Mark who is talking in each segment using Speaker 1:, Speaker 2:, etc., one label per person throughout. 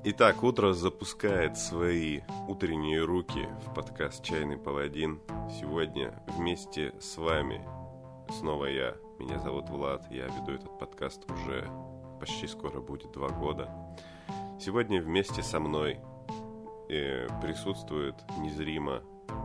Speaker 1: Итак, утро запускает свои утренние руки в подкаст «Чайный паладин». Сегодня вместе с вами снова я. Меня зовут Влад, я веду этот подкаст уже почти скоро будет 2 года. Сегодня вместе со мной присутствует незримо,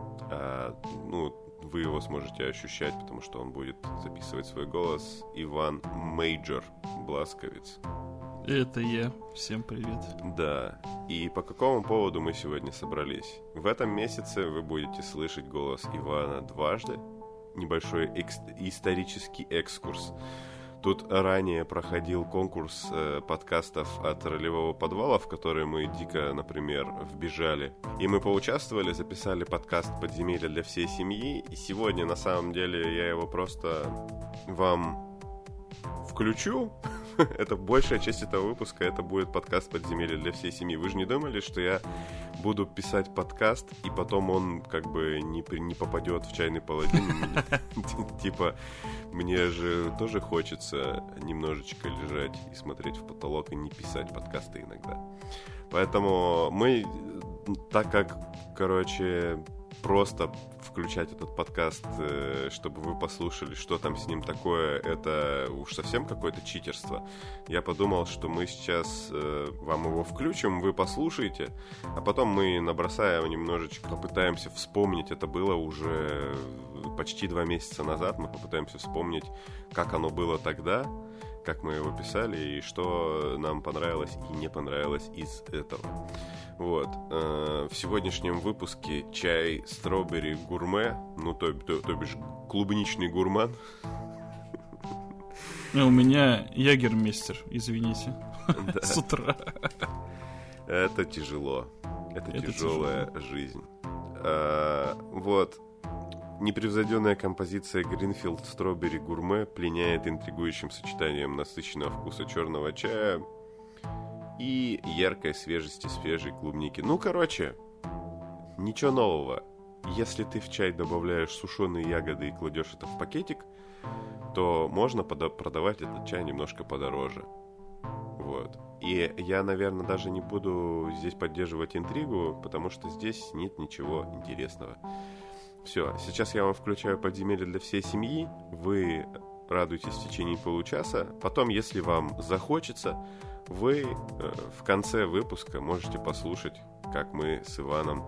Speaker 1: вы его сможете ощущать, потому что он будет записывать свой голос, Иван Мейджор Бласковец.
Speaker 2: Это я. Всем привет.
Speaker 1: Да. И по какому поводу мы сегодня собрались? В этом месяце вы будете слышать голос Ивана дважды. Небольшой исторический экскурс. Тут ранее проходил конкурс подкастов от Ролевого подвала, в который мы дико, например, вбежали. И мы поучаствовали, записали подкаст «Подземелье для всей семьи». И сегодня, на самом деле, я его просто вам включу. Это большая часть этого выпуска, это будет подкаст «Подземелье для всей семьи». Вы же не думали, что я буду писать подкаст, и потом он как бы не попадет в «Чайный паладин»? Типа, мне же тоже хочется немножечко лежать и смотреть в потолок и не писать подкасты иногда. Поэтому мы, так как, просто включать этот подкаст, чтобы вы послушали, что там с ним такое, это уж совсем какое-то читерство. Я подумал, что мы сейчас вам его включим, вы послушаете, а потом мы набросаем немножечко, попытаемся вспомнить, это было уже почти 2 месяца назад, мы попытаемся вспомнить, как оно было тогда, как мы его писали и что нам понравилось и не понравилось из этого. Вот. В сегодняшнем выпуске чай стробери гурме, то бишь клубничный гурман.
Speaker 2: У меня ягермейстер, извините, с утра.
Speaker 1: Это тяжело. Это тяжелая жизнь. Вот. Непревзойденная композиция Greenfield Strawberry Gourmet пленяет интригующим сочетанием насыщенного вкуса черного чая и яркой свежести свежей клубники. Ничего нового. Если ты в чай добавляешь сушеные ягоды и кладешь это в пакетик, то можно продавать этот чай немножко подороже. Вот. И я, наверное, даже не буду здесь поддерживать интригу, потому что здесь нет ничего интересного. Все, сейчас я вам включаю «Подземелье для всей семьи». Вы радуетесь в течение получаса. Потом, если вам захочется, вы в конце выпуска можете послушать, как мы с Иваном,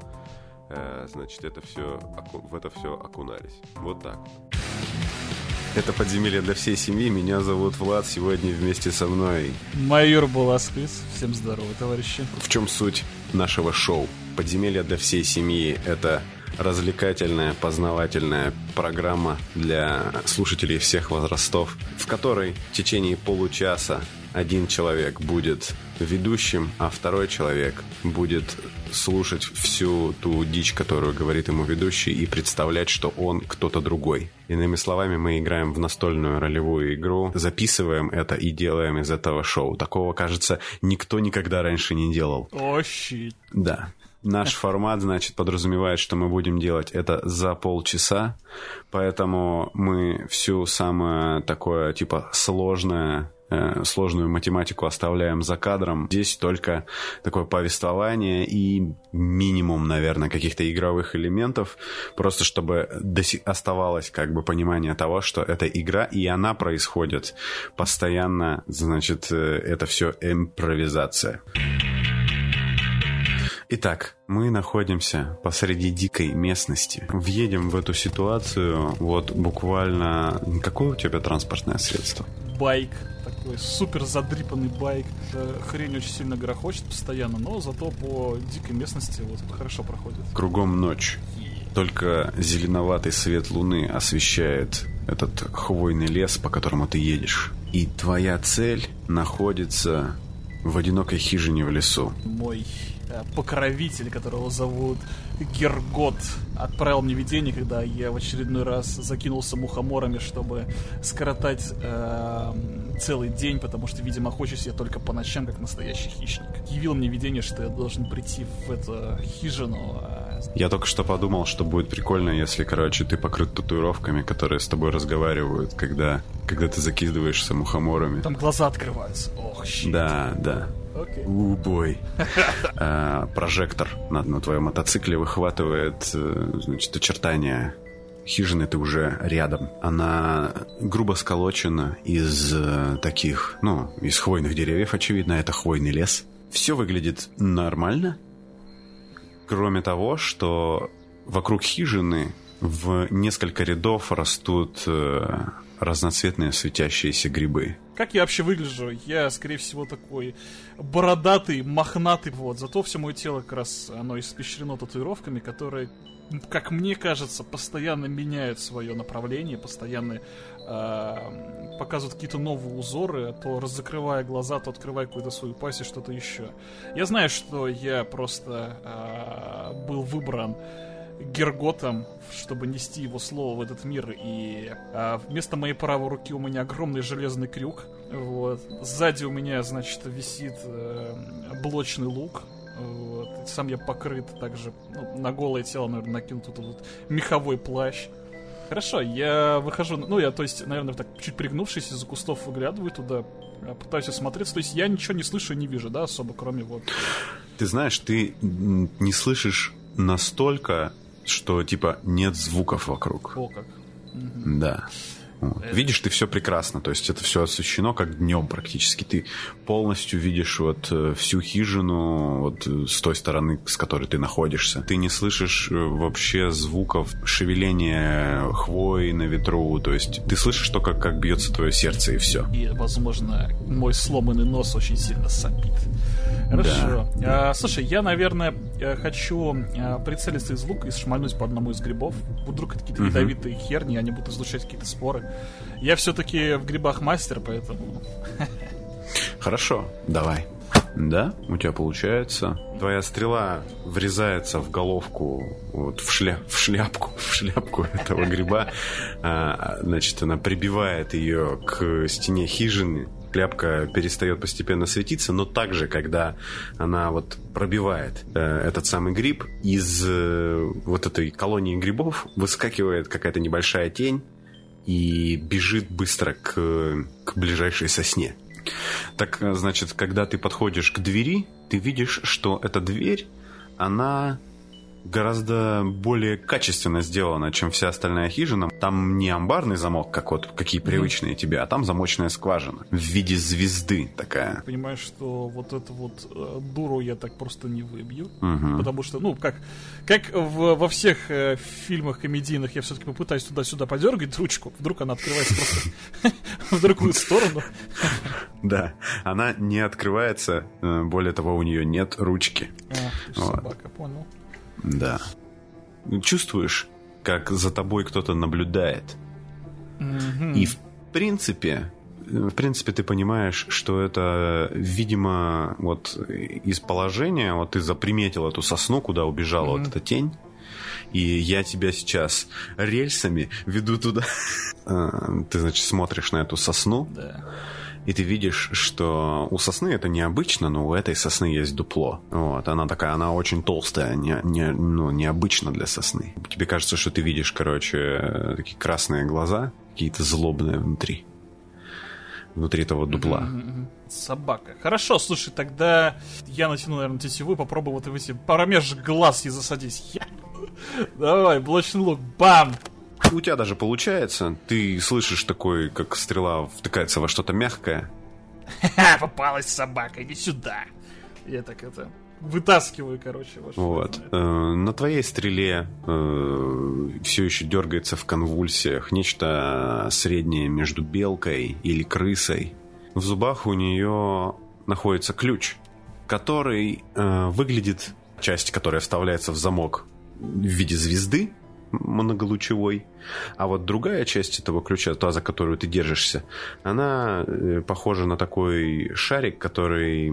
Speaker 1: в это все окунались. Вот так. Это «Подземелье для всей семьи». Меня зовут Влад. Сегодня вместе со мной
Speaker 2: майор Бласковец. Всем здорово, товарищи.
Speaker 1: В чем суть нашего шоу? «Подземелье для всей семьи» — это развлекательная, познавательная программа для слушателей всех возрастов, в которой в течение получаса один человек будет ведущим, а второй человек будет слушать всю ту дичь, которую говорит ему ведущий, и представлять, что он кто-то другой. Иными словами, мы играем в настольную ролевую игру, записываем это и делаем из этого шоу. Такого, кажется, никто никогда раньше не делал.
Speaker 2: О, щит.
Speaker 1: Да. Наш формат, подразумевает, что мы будем делать это за полчаса, поэтому мы всю самое такое, сложную математику оставляем за кадром. Здесь только такое повествование и минимум, наверное, каких-то игровых элементов, просто чтобы оставалось понимание того, что это игра, и она происходит постоянно, это все импровизация. Итак, мы находимся посреди дикой местности. Въедем в эту ситуацию буквально... Какое у тебя транспортное средство?
Speaker 2: Байк. Такой супер задрипанный байк. Хрень очень сильно грохочет постоянно, но зато по дикой местности хорошо проходит.
Speaker 1: Кругом ночь. Только зеленоватый свет луны освещает этот хвойный лес, по которому ты едешь. И твоя цель находится в одинокой хижине в лесу.
Speaker 2: Мой покровитель, которого зовут Гергот, отправил мне видение, когда я в очередной раз закинулся мухоморами, чтобы скоротать целый день, потому что, видимо, охочусь я только по ночам, как настоящий хищник. Явил мне видение, что я должен прийти в эту хижину.
Speaker 1: Я только что подумал, что будет прикольно, если, ты покрыт татуировками, которые с тобой разговаривают, когда ты закидываешься мухоморами.
Speaker 2: Там глаза открываются. Ох, щит.
Speaker 1: Да.
Speaker 2: Окей.
Speaker 1: Убой. Прожектор на твоем мотоцикле выхватывает, значит, очертания хижины, ты уже рядом. Она грубо сколочена из таких, из хвойных деревьев, очевидно, это хвойный лес. Все выглядит нормально, кроме того, что вокруг хижины в несколько рядов растут разноцветные светящиеся грибы.
Speaker 2: Как я вообще выгляжу? Я, скорее всего, такой бородатый, мохнатый, зато все мое тело как раз, оно испещрено татуировками, которые, как мне кажется, постоянно меняют свое направление, постоянно показывают какие-то новые узоры, то закрывая глаза, то открывая какую-то свою пасть и что-то еще. Я знаю, что я просто был выбран Герготом, чтобы нести его слово в этот мир, и вместо моей правой руки у меня огромный железный крюк, сзади у меня, значит, висит блочный лук, сам я покрыт также, на голое тело, наверное, накинут вот меховой плащ. Хорошо, я выхожу, то есть, наверное, так чуть пригнувшись из-за кустов, выглядываю туда, пытаюсь осмотреться, то есть я ничего не слышу и не вижу, да, особо, кроме
Speaker 1: Ты знаешь, ты не слышишь настолько, что, типа, нет звуков вокруг.
Speaker 2: О, как.
Speaker 1: Да. Видишь ты все прекрасно, то есть это все освещено как днем практически. Ты полностью видишь всю хижину с той стороны, с которой ты находишься. Ты не слышишь вообще звуков шевеления хвои на ветру, то есть ты слышишь только, как бьется твое сердце, и все.
Speaker 2: И, возможно, мой сломанный нос очень сильно сопит. Хорошо. Да. Слушай, я, наверное, хочу прицелиться из лука и шмальнуть по одному из грибов. Вдруг это какие-то ядовитые херни, они будут излучать какие-то споры. Я все-таки в грибах мастер, поэтому...
Speaker 1: Хорошо, давай. Да, у тебя получается. Твоя стрела врезается в головку, в шляпку этого гриба. Значит, она прибивает ее к стене хижины. Шляпка перестает постепенно светиться, но также, когда она пробивает этот самый гриб, из этой колонии грибов выскакивает какая-то небольшая тень и бежит быстро к ближайшей сосне. Так, значит, когда ты подходишь к двери, ты видишь, что эта дверь, она гораздо более качественно сделана, чем вся остальная хижина. Там не амбарный замок, как какие привычные тебе, а там замочная скважина в виде звезды такая.
Speaker 2: Понимаешь, что эту дуру я так просто не выбью, потому что, как во всех фильмах комедийных, я все-таки попытаюсь туда-сюда подергать ручку, вдруг она открывается просто в другую сторону.
Speaker 1: Да, она не открывается, более того, у нее нет ручки.
Speaker 2: Собака, понял.
Speaker 1: Да. Чувствуешь, как за тобой кто-то наблюдает. И в принципе, ты понимаешь, что это, видимо, из положения, ты заприметил эту сосну, куда убежала эта тень, и я тебя сейчас рельсами веду туда. Ты, значит, смотришь на эту сосну.
Speaker 2: Да.
Speaker 1: И ты видишь, что у сосны это необычно, но у этой сосны есть дупло. Она такая, она очень толстая, необычно для сосны. Тебе кажется, что ты видишь, такие красные глаза, какие-то злобные внутри этого дупла.
Speaker 2: Собака. Хорошо, слушай, тогда я натяну, наверное, тетиву и попробую промеж глаз ей засадить. Давай, блочный лук, бам!
Speaker 1: У тебя даже получается. Ты слышишь такой, как стрела втыкается во что-то мягкое.
Speaker 2: Ха-ха, попалась собака, иди сюда. Я так вытаскиваю,
Speaker 1: На твоей стреле все еще дергается в конвульсиях нечто среднее между белкой или крысой. В зубах у нее находится ключ, который выглядит, часть, которая вставляется в замок в виде звезды многолучевой, а другая часть этого ключа, та, за которую ты держишься, она похожа на такой шарик, который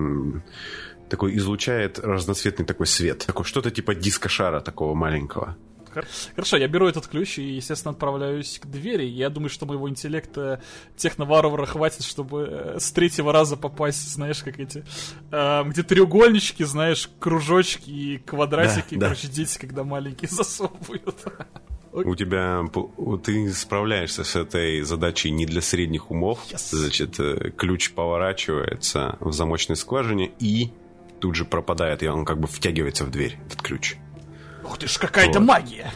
Speaker 1: такой излучает разноцветный такой свет. Такой, что-то типа диско-шара такого маленького.
Speaker 2: Хорошо, я беру этот ключ и, естественно, отправляюсь к двери. Я думаю, что моего интеллекта техноварвара хватит, чтобы с третьего раза попасть, знаешь, как эти... где треугольнички, знаешь, кружочки и квадратики.
Speaker 1: Да.
Speaker 2: Дети, когда маленькие, засовывают.
Speaker 1: У тебя... Ты справляешься с этой задачей не для средних умов. Значит, ключ поворачивается в замочной скважине и тут же пропадает, и он как бы втягивается в дверь, этот ключ.
Speaker 2: Ух ты ж, какая-то магия!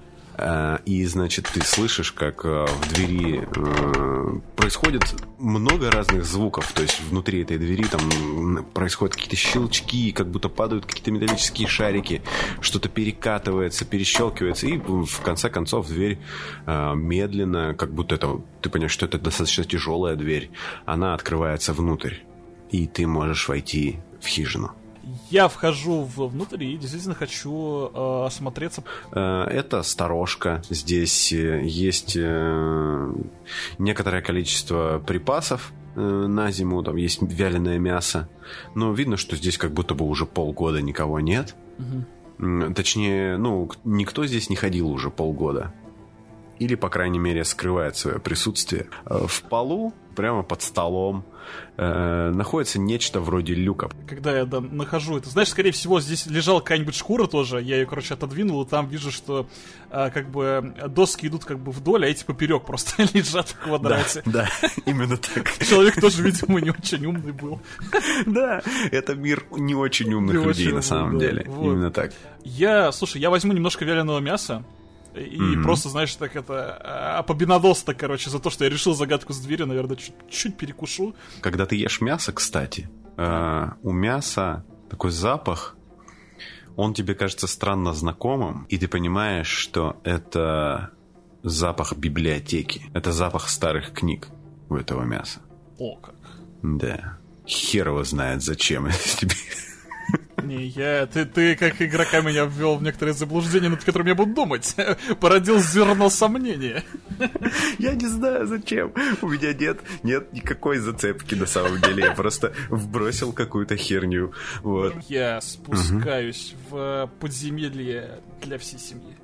Speaker 1: И, значит, ты слышишь, как в двери происходит много разных звуков. То есть внутри этой двери там происходят какие-то щелчки, как будто падают какие-то металлические шарики, что-то перекатывается, перещелкивается, и в конце концов дверь медленно, как будто это, ты понимаешь, что это достаточно тяжелая дверь, она открывается внутрь, и ты можешь войти в хижину.
Speaker 2: Я вхожу внутрь и действительно хочу осмотреться.
Speaker 1: Это сторожка. Здесь есть некоторое количество припасов на зиму. Там есть вяленое мясо. Но видно, что здесь как будто бы уже полгода никого нет. Угу. Точнее, никто здесь не ходил уже полгода. Или, по крайней мере, скрывает свое присутствие. В полу, прямо под столом, находится нечто вроде люка.
Speaker 2: Когда я нахожу это, знаешь, скорее всего, здесь лежала какая-нибудь шкура тоже. Я ее, отодвинул, и там вижу, что как бы доски идут как бы вдоль, а эти поперек просто лежат в квадрате.
Speaker 1: Да, именно так.
Speaker 2: Человек тоже, видимо, не очень умный был.
Speaker 1: Да, это мир не очень умных людей на самом деле. Именно так.
Speaker 2: Слушай, я возьму немножко вяленого мяса. И просто, знаешь, так это... победоносца, за то, что я решил загадку с дверью, наверное, чуть-чуть перекушу.
Speaker 1: Когда ты ешь мясо, кстати, у мяса такой запах, он тебе кажется странно знакомым, и ты понимаешь, что это запах библиотеки. Это запах старых книг у этого мяса.
Speaker 2: О, как.
Speaker 1: Да. Хер его знает, зачем это тебе...
Speaker 2: Не, ты как игрока меня ввел в некоторые заблуждения, над которыми я буду думать. Породил зерно сомнения.
Speaker 1: Я не знаю, зачем. У меня нет никакой зацепки на самом деле. Я просто вбросил какую-то херню. Вот.
Speaker 2: Я спускаюсь в подземелье для всей семьи.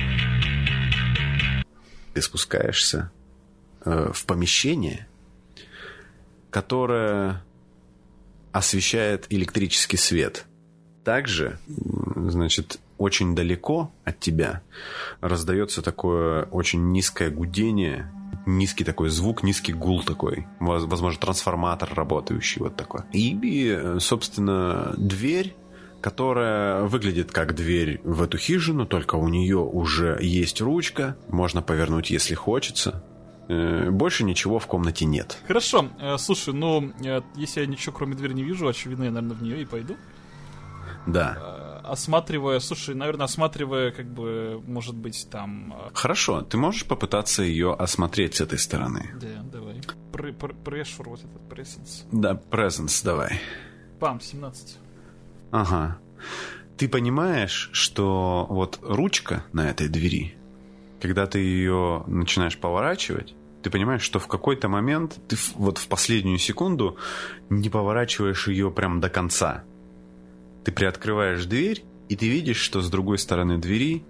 Speaker 1: Ты спускаешься в помещение, которое освещает электрический свет. Также, значит, очень далеко от тебя раздается такое очень низкое гудение, низкий такой звук, низкий гул такой. Возможно, трансформатор работающий вот такой. И, собственно, дверь, которая выглядит как дверь в эту хижину, только у нее уже есть ручка, можно повернуть, если хочется. Больше ничего в комнате нет.
Speaker 2: Хорошо, слушай, если я ничего кроме двери не вижу, очевидно, я, наверное, в нее и пойду.
Speaker 1: Да.
Speaker 2: Осматривая, как бы, может быть, там...
Speaker 1: Хорошо, ты можешь попытаться ее осмотреть с этой стороны?
Speaker 2: Да, давай. Pressure, вот этот presence.
Speaker 1: Да, presence, давай.
Speaker 2: Пам, 17.
Speaker 1: Ага. Ты понимаешь, что вот ручка на этой двери, когда ты ее начинаешь поворачивать, ты понимаешь, что в какой-то момент ты вот в последнюю секунду не поворачиваешь ее прям до конца. Ты приоткрываешь дверь, и ты видишь, что с другой стороны двери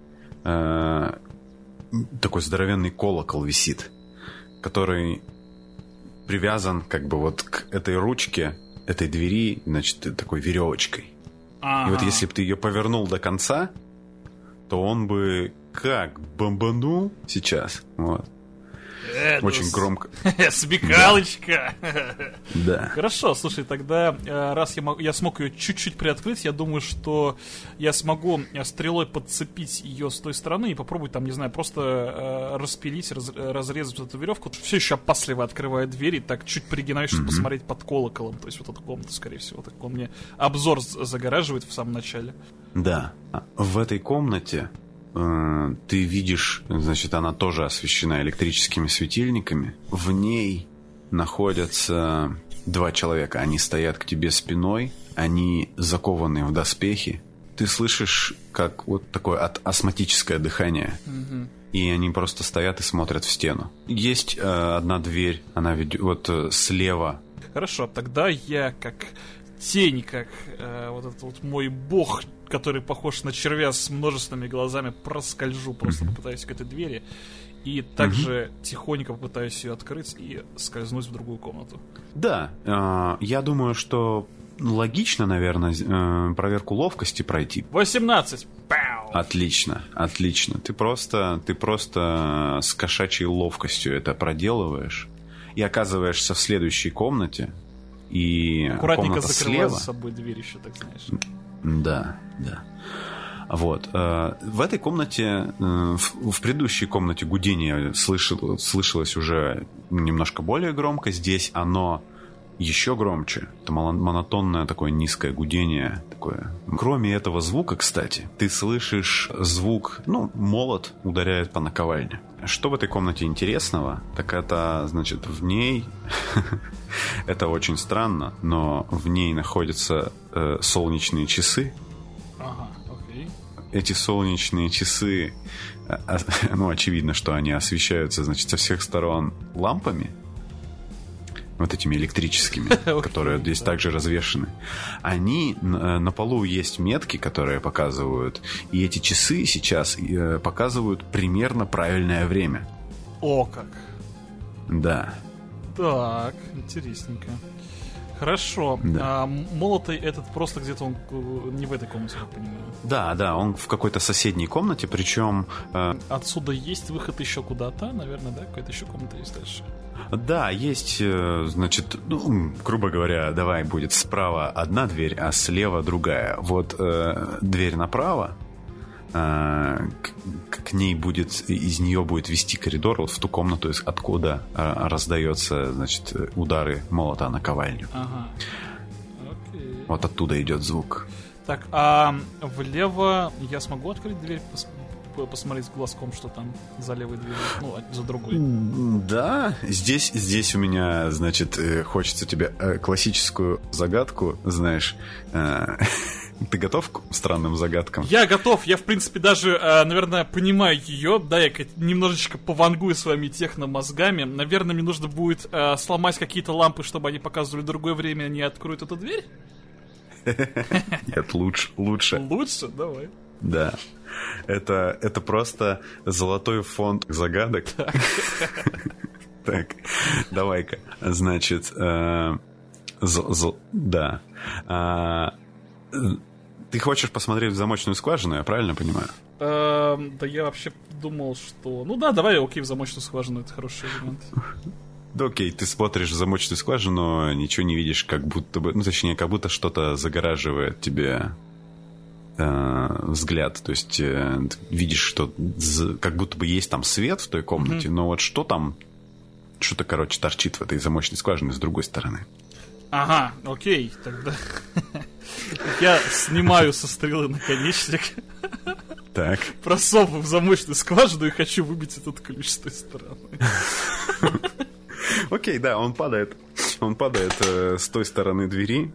Speaker 1: такой здоровенный колокол висит, который привязан как бы вот к этой ручке, этой двери, значит, такой веревочкой. И вот если бы ты ее повернул до конца, то он бы как бомбанул сейчас. Вот. Очень громко.
Speaker 2: Смекалочка.
Speaker 1: Да.
Speaker 2: Хорошо, слушай, тогда раз я смог ее чуть-чуть приоткрыть, я думаю, что я смогу стрелой подцепить ее с той стороны и попробовать там, не знаю, просто распилить, разрезать вот эту веревку. Все еще опасливо открываю дверь и так чуть пригинаюсь, чтобы посмотреть под колоколом. То есть вот эту комнату, скорее всего. Так он мне обзор загораживает в самом начале.
Speaker 1: Да. В этой комнате ты видишь, значит, она тоже освещена электрическими светильниками. В ней находятся два человека. Они стоят к тебе спиной, они закованы в доспехи. Ты слышишь, как вот такое астматическое дыхание. И они просто стоят и смотрят в стену. Есть одна дверь, она ведет вот слева.
Speaker 2: Хорошо, тогда я как тень, как вот этот вот мой бог, который похож на червя с множественными глазами, проскольжу, просто попытаюсь к этой двери. И также тихонько попытаюсь ее открыть и скользнуть в другую комнату.
Speaker 1: Да, я думаю, что логично, наверное, проверку ловкости пройти.
Speaker 2: 18! Пау!
Speaker 3: Отлично. Ты просто с кошачьей ловкостью это проделываешь и оказываешься в следующей комнате. И
Speaker 2: аккуратненько закрываю
Speaker 3: слева.
Speaker 2: за собой дверь еще, так знаешь.
Speaker 3: Да. Вот. В этой комнате, в предыдущей комнате гудение слышалось уже немножко более громко. Здесь оно еще громче. Это монотонное такое низкое гудение. Такое. Кроме этого звука, кстати, ты слышишь звук, молот ударяет по наковальне. Что в этой комнате интересного, так это, значит, в ней, это очень странно, но в ней находятся солнечные часы.
Speaker 2: Ага, окей.
Speaker 3: Эти солнечные часы, очевидно, что они освещаются, значит, со всех сторон лампами, вот этими электрическими, которые здесь также развешаны. Они, на полу есть метки, которые показывают, и эти часы сейчас показывают примерно правильное время.
Speaker 2: О, как.
Speaker 3: Да.
Speaker 2: Так, интересненько. Хорошо.
Speaker 3: Да.
Speaker 2: А молотый этот просто где-то он не в этой комнате, я понимаю.
Speaker 3: Да, он в какой-то соседней комнате, причем...
Speaker 2: Отсюда есть выход еще куда-то, наверное, да? Какая-то еще комната есть дальше.
Speaker 3: Да, есть, значит, грубо говоря, давай будет справа одна дверь, а слева другая. Вот дверь направо, к ней будет, из нее будет вести коридор вот в ту комнату, откуда раздается, значит, удары молота на наковальню.
Speaker 2: Ага. Окей.
Speaker 3: Вот оттуда идет звук.
Speaker 2: Так, а влево я смогу открыть дверь, посмотреть глазком, что там за левой дверью, за другой?
Speaker 3: Да, здесь у меня, значит, хочется тебе классическую загадку, знаешь. Ты готов к странным загадкам?
Speaker 2: Я готов, я, в принципе, даже, наверное, понимаю ее. Да, я немножечко повангую своими техномозгами. Наверное, мне нужно будет сломать какие-то лампы, чтобы они показывали другое время, они откроют эту дверь?
Speaker 3: Нет, лучше.
Speaker 2: Лучше? Давай.
Speaker 3: Да. Это просто золотой фонд загадок. Так, давай-ка. Значит, да. Ты хочешь посмотреть в замочную скважину, я правильно понимаю?
Speaker 2: Да я вообще думал, что... давай, окей, в замочную скважину, это хороший вариант.
Speaker 3: Да окей, ты смотришь в замочную скважину, ничего не видишь, как будто бы... точнее, как будто что-то загораживает тебе взгляд. То есть видишь, что как будто бы есть там свет в той комнате, но вот что там... Что-то, торчит в этой замочной скважине с другой стороны.
Speaker 2: Ага, окей, тогда... Я снимаю со стрелы наконечник.
Speaker 3: Так.
Speaker 2: Просовываю в замочную скважину и хочу выбить этот ключ с той стороны.
Speaker 3: Окей, да, он падает с той стороны двери.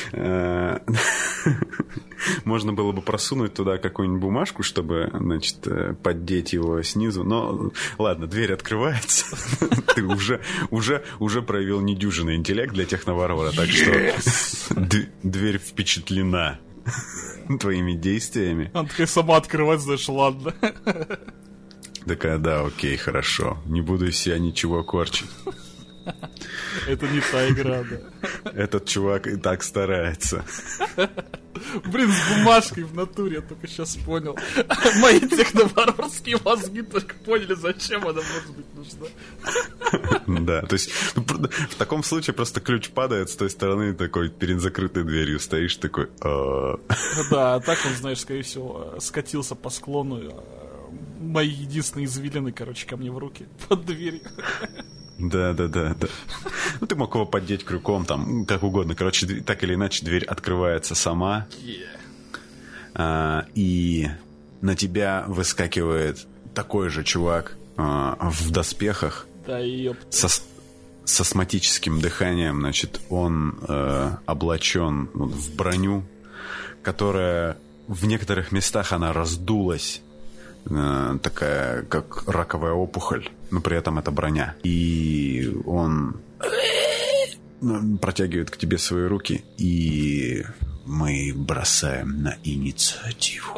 Speaker 3: Можно было бы просунуть туда какую-нибудь бумажку, чтобы, значит, поддеть его снизу. Но, ладно, дверь открывается. Ты уже проявил недюжинный интеллект для техноварвара, так что дверь впечатлена твоими действиями.
Speaker 2: Она такая сама открывать, знаешь, ладно.
Speaker 3: Такая, да, окей, хорошо. Не буду из себя ничего корчить.
Speaker 2: Это не та игра, да.
Speaker 3: Этот чувак и так старается.
Speaker 2: Блин, с бумажкой в натуре, я только сейчас понял. Мои техноварварские мозги только поняли, зачем она может быть нужна.
Speaker 3: Да, то есть в таком случае просто ключ падает с той стороны, такой перед закрытой дверью стоишь, такой...
Speaker 2: Да, а так он, знаешь, скорее всего, скатился по склону. Мои единственные извилины, ко мне в руки под дверью.
Speaker 3: Да. Ты мог его поддеть крюком, там, как угодно. Так или иначе, дверь открывается сама. И на тебя выскакивает такой же чувак в доспехах.
Speaker 2: Да,
Speaker 3: с астматическим дыханием. Значит, он облачен в броню, которая в некоторых местах она раздулась. Такая, как раковая опухоль, но при этом это броня. И он протягивает к тебе свои руки, и мы бросаем на инициативу.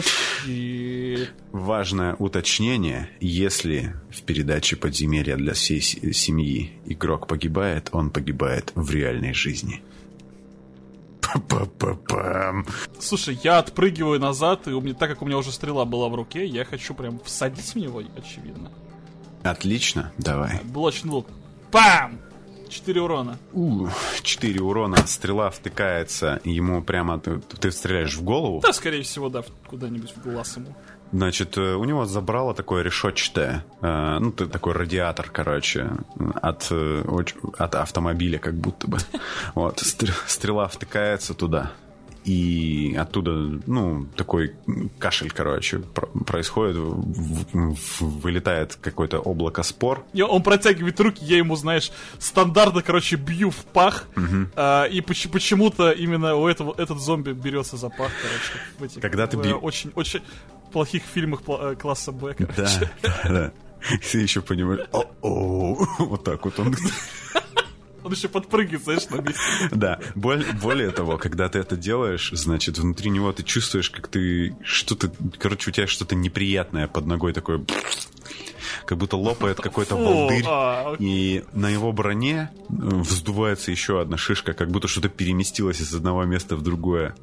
Speaker 3: Важное уточнение: если в передаче «Подземелья для всей семьи» игрок погибает, он погибает в реальной жизни. Па-па-па-пам.
Speaker 2: Слушай, я отпрыгиваю назад, и так как у меня уже стрела была в руке, я хочу прям всадить в него, очевидно.
Speaker 3: Отлично, давай.
Speaker 2: Блочный лук. Пам! 4 урона.
Speaker 3: 4 урона, стрела втыкается, ему прямо... Ты стреляешь в голову?
Speaker 2: Да, скорее всего, да, куда-нибудь в глаз ему.
Speaker 3: Значит, у него забрало такое решетчатое, такой радиатор, короче, от автомобиля как будто бы. Вот, стрела втыкается туда. И оттуда, такой кашель, короче, происходит, вылетает какое-то облако спор.
Speaker 2: И он протягивает руки, я ему, знаешь, стандартно, короче, бью в пах, и почему-то именно этот зомби берется за пах, короче,
Speaker 3: Когда ты
Speaker 2: очень плохих фильмах класса Б, короче.
Speaker 3: Да. Ты еще понимаешь, вот так вот он...
Speaker 2: Он еще подпрыгивает, знаешь, на месте.
Speaker 3: Да, более того, когда ты это делаешь, значит, внутри него ты чувствуешь, как ты что-то... Короче, у тебя что-то неприятное под ногой такое... Как будто лопает какой-то волдырь. И на его броне вздувается еще одна шишка, как будто что-то переместилось из одного места в другое.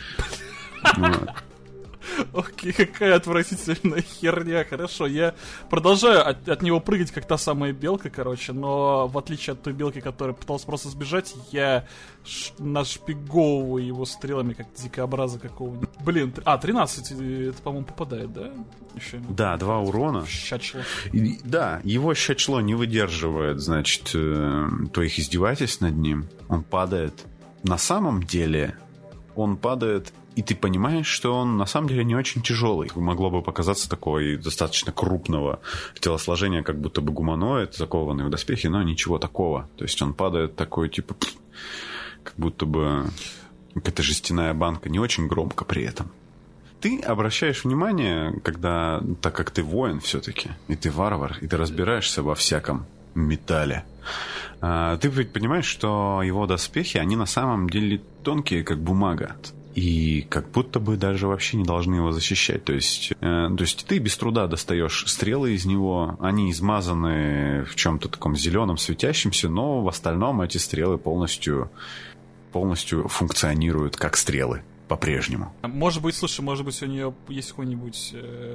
Speaker 2: Окей, какая отвратительная херня. Хорошо, я продолжаю от него прыгать, как та самая белка, короче. Но в отличие от той белки, которая пыталась просто сбежать, я нашпиговываю его стрелами, как дикообраза какого-нибудь. Блин, 13, это, по-моему, попадает, да? Еще
Speaker 3: да, 2 урона.
Speaker 2: Щачло.
Speaker 3: Да, его щачло не выдерживает, значит, твоих издевательств над ним. Он падает. На самом деле, он падает... И ты понимаешь, что он на самом деле не очень тяжелый. Могло бы показаться такой достаточно крупного телосложения, как будто бы гуманоид, закованный в доспехи, но ничего такого. То есть он падает такой, типа, как будто бы какая-то жестяная банка, не очень громко при этом. Ты обращаешь внимание, когда, так как ты воин все-таки, и ты варвар, и ты разбираешься во всяком металле, ты ведь понимаешь, что его доспехи, они на самом деле тонкие, как бумага. И как будто бы даже вообще не должны его защищать. То есть ты без труда достаешь стрелы из него. Они измазаны в чем-то таком зеленом, светящемся, но в остальном эти стрелы полностью функционируют как стрелы по-прежнему.
Speaker 2: Может быть, слушай, может быть, у нее есть какое-нибудь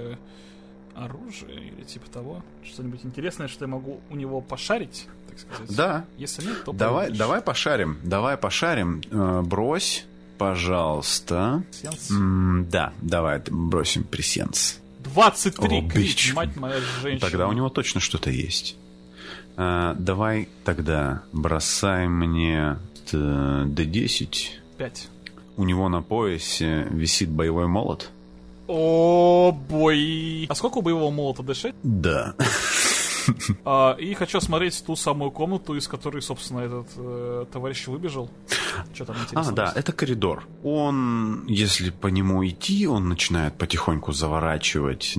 Speaker 2: оружие или типа того? Что-нибудь интересное, что я могу у него пошарить, так сказать?
Speaker 3: Да.
Speaker 2: Если нет, то...
Speaker 3: Давай пошарим. Брось... Пожалуйста. Да, давай бросим пресенс.
Speaker 2: 23 крит, мать моя женщина.
Speaker 3: Тогда у него точно что-то есть. Давай тогда бросай мне D10.
Speaker 2: 5.
Speaker 3: У него на поясе висит боевой молот.
Speaker 2: О, бой. А сколько у боевого молота? D6?
Speaker 3: Да.
Speaker 2: И хочу осмотреть ту самую комнату, из которой, собственно, этот товарищ выбежал. Что там интересно?
Speaker 3: Да, это коридор. Он, если по нему идти, он начинает потихоньку заворачивать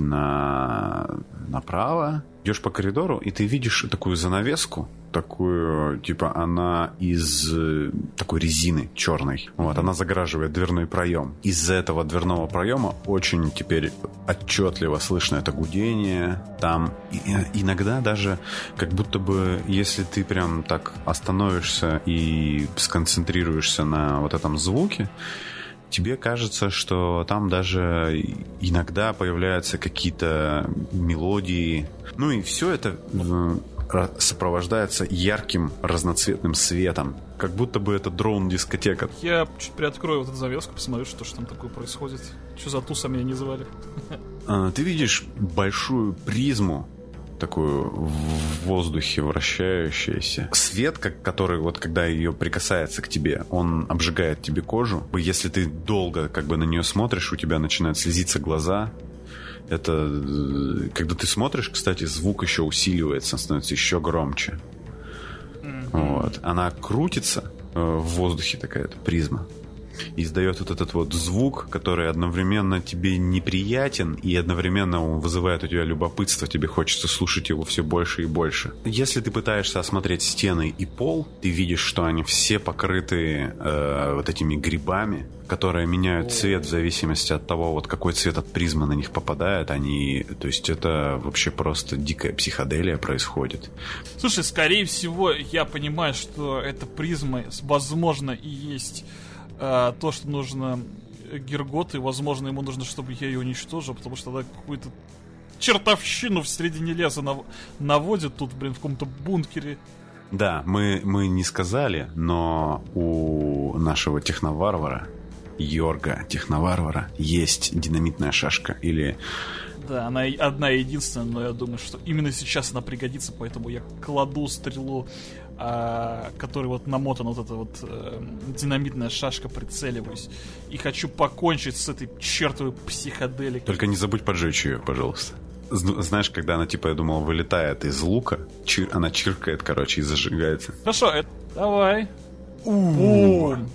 Speaker 3: направо. Идешь по коридору, и ты видишь такую занавеску, такую, типа, она из такой резины черной. Вот, она загораживает дверной проем. Из-за этого дверного проема очень теперь отчетливо слышно это гудение. Там иногда даже как будто бы, если ты прям так остановишься и сконцентрируешься на вот этом звуке, тебе кажется, что там даже иногда появляются какие-то мелодии. Ну и все это сопровождается ярким разноцветным светом. Как будто бы это дроун-дискотека.
Speaker 2: Я чуть приоткрою вот эту завеску, посмотрю, что же там такое происходит. Что за туса меня не звали?
Speaker 3: Ты видишь большую призму, такую в воздухе вращающуюся. Свет, который вот когда ее прикасается к тебе, он обжигает тебе кожу. Если ты долго как бы на нее смотришь, у тебя начинают слезиться глаза. Это, когда ты смотришь, кстати, звук еще усиливается, становится еще громче. Вот. Она крутится в воздухе, такая-то призма. И издает вот этот вот звук, который одновременно тебе неприятен и одновременно он вызывает у тебя любопытство, тебе хочется слушать его все больше и больше. Если ты пытаешься осмотреть стены и пол, ты видишь, что они все покрыты вот этими грибами, которые меняют цвет в зависимости от того, вот какой цвет от призмы на них попадает. То есть это вообще просто дикая психоделия происходит.
Speaker 2: Слушай, скорее всего, я понимаю, что эта призма, возможно, и есть то, что нужно Гергот, и, возможно, ему нужно, чтобы я ее уничтожил, потому что она какую-то чертовщину в середине леса наводит тут, блин, в каком-то бункере.
Speaker 3: Да, мы не сказали, но у нашего техноварвара, Йорга техноварвара, есть динамитная шашка, или...
Speaker 2: Да, она одна единственная, но я думаю, что именно сейчас она пригодится, поэтому я кладу стрелу, которой вот намотана вот эта вот динамитная шашка, прицеливаюсь. И хочу покончить с этой чертовой психоделикой.
Speaker 3: Только не забудь поджечь ее, пожалуйста. Знаешь, когда она, типа, я думал, вылетает из лука, она чиркает, короче, и зажигается.
Speaker 2: Хорошо, давай. Бум!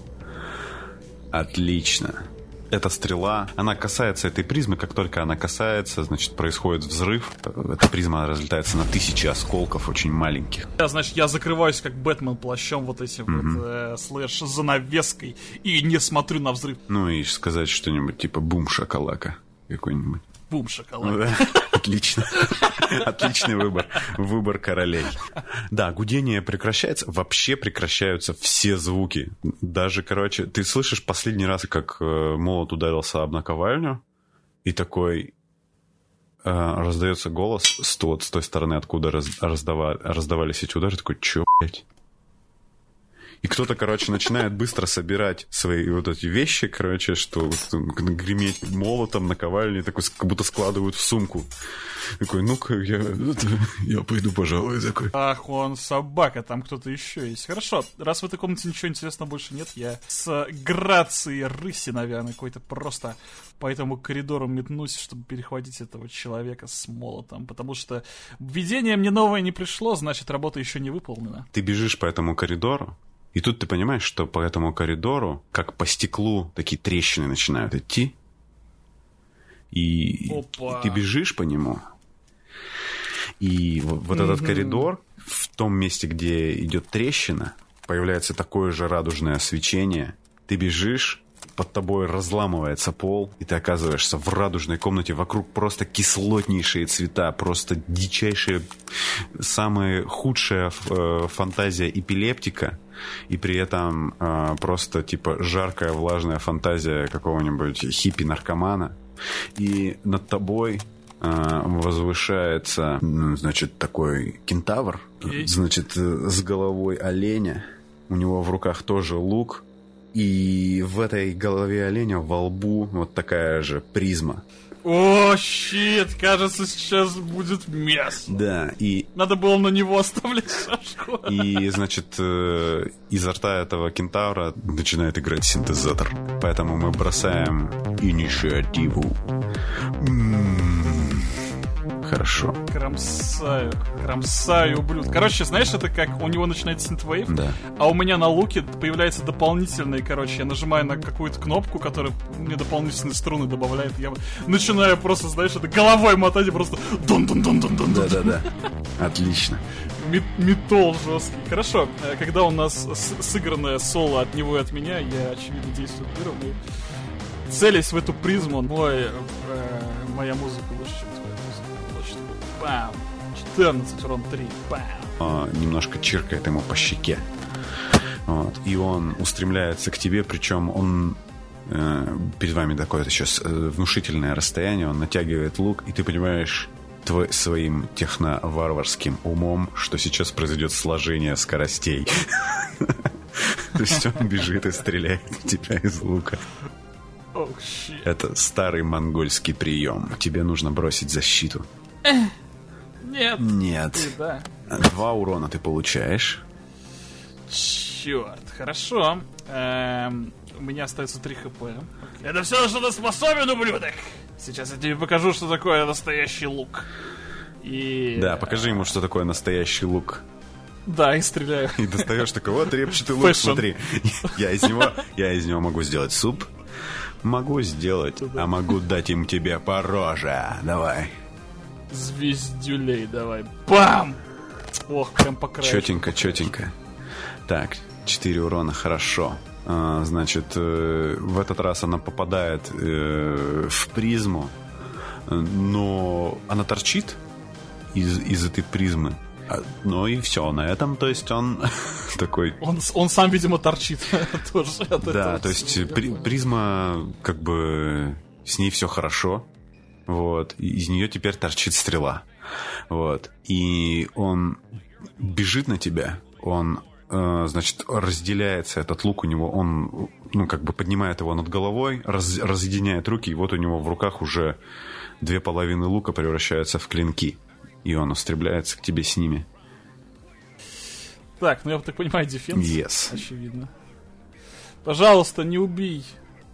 Speaker 3: Отлично. Эта стрела, она касается этой призмы, как только она касается, значит, происходит взрыв. Эта призма разлетается на 1000 осколков, очень маленьких.
Speaker 2: Значит, я закрываюсь, как Бэтмен, плащом вот этим вот, слэш, занавеской, и не смотрю на взрыв.
Speaker 3: Ну и сказать что-нибудь типа бум-шакалака какой-нибудь.
Speaker 2: Бум-шоколад.
Speaker 3: Отлично. Отличный выбор. Выбор королей. Да, гудение прекращается. Вообще прекращаются все звуки. Даже, короче, ты слышишь последний раз, как молот ударился об наковальню, и такой раздается голос с той стороны, откуда раздавались эти удары. Такой, чё, блядь? И кто-то, короче, начинает быстро собирать свои вот эти вещи, короче, что греметь молотом, наковальней, такой, как будто складывают в сумку. Такой, ну-ка, я пойду, пожалуй, такой.
Speaker 2: Ах, он собака, там кто-то еще есть. Хорошо, раз в этой комнате ничего интересного больше нет, я с грацией рыси, наверное, какой-то просто по этому коридору метнусь, чтобы перехватить этого человека с молотом, потому что видение мне новое не пришло, значит, работа еще не выполнена.
Speaker 3: Ты бежишь по этому коридору, и тут ты понимаешь, что по этому коридору, как по стеклу, такие трещины начинают идти. И ты бежишь по нему. И вот этот коридор, в том месте, где идет трещина, появляется такое же радужное свечение. Ты бежишь, под тобой разламывается пол, и ты оказываешься в радужной комнате. Вокруг просто кислотнейшие цвета, просто дичайшая, самая худшая фантазия эпилептика. И при этом просто типа жаркая, влажная фантазия какого-нибудь хиппи-наркомана. И над тобой возвышается, значит, такой кентавр, значит, с головой оленя. У него в руках тоже лук. И в этой голове оленя во лбу вот такая же призма.
Speaker 2: О, щит, кажется, сейчас будет мясо.
Speaker 3: Да, и...
Speaker 2: Надо было на него оставлять шашку.
Speaker 3: И, значит, изо рта этого кентавра начинает играть синтезатор. Поэтому мы бросаем инициативу. Хорошо.
Speaker 2: Кромсаю, ублюдок. Короче, знаешь, это как у него начинает синтвейв,
Speaker 3: да.
Speaker 2: А у меня на луке появляется дополнительный, короче, я нажимаю на какую-то кнопку, которая мне дополнительные струны добавляет. Я начинаю просто, знаешь, это головой мотать и просто дун-дун-дун-дун-дун.
Speaker 3: Да-да-да. Отлично.
Speaker 2: Металл жесткий. Хорошо, когда у нас сыгранное соло от него и от меня, я, очевидно, действую первым. Целясь в эту призму, моя музыка лучше, чем твоя музыка. Бам! 14, урон 3. Бам!
Speaker 3: Немножко чиркает ему по щеке. Вот. И он устремляется к тебе, причем он перед вами такое сейчас внушительное расстояние, он натягивает лук, и ты понимаешь своим техно-варварским умом, что сейчас произойдет сложение скоростей. То есть он бежит и стреляет в тебя из лука. Это старый монгольский прием. Тебе нужно бросить защиту. Нет. 2 урона ты получаешь.
Speaker 2: Черт, хорошо. У меня остается 3 хп. Это все, что ты способен, ублюдок. Сейчас я тебе покажу, что такое настоящий лук.
Speaker 3: Да, покажи ему, что такое настоящий лук.
Speaker 2: Да, и стреляю.
Speaker 3: И достаешь такой, вот репчатый лук, смотри. Я из него могу сделать суп. Могу сделать, а могу дать им тебе по роже. Давай.
Speaker 2: Звездюлей, давай. Бам! Ох, прям по краю.
Speaker 3: Четенько. Так, 4 урона, хорошо. Значит, в этот раз она попадает в призму, но она торчит из этой призмы. Ну и все на этом, то есть он такой...
Speaker 2: Он сам, видимо, торчит тоже от этого.
Speaker 3: Да, то есть призма, как бы, с ней все хорошо, вот, и из нее теперь торчит стрела, вот, и он бежит на тебя, он, значит, разделяется этот лук у него, он, ну, как бы поднимает его над головой, разъединяет руки, и вот у него в руках уже 2,5 лука превращаются в клинки, и он устремляется к тебе с ними.
Speaker 2: Так, ну я так понимаю, дефенс.
Speaker 3: Yes.
Speaker 2: Очевидно. Пожалуйста, не убей.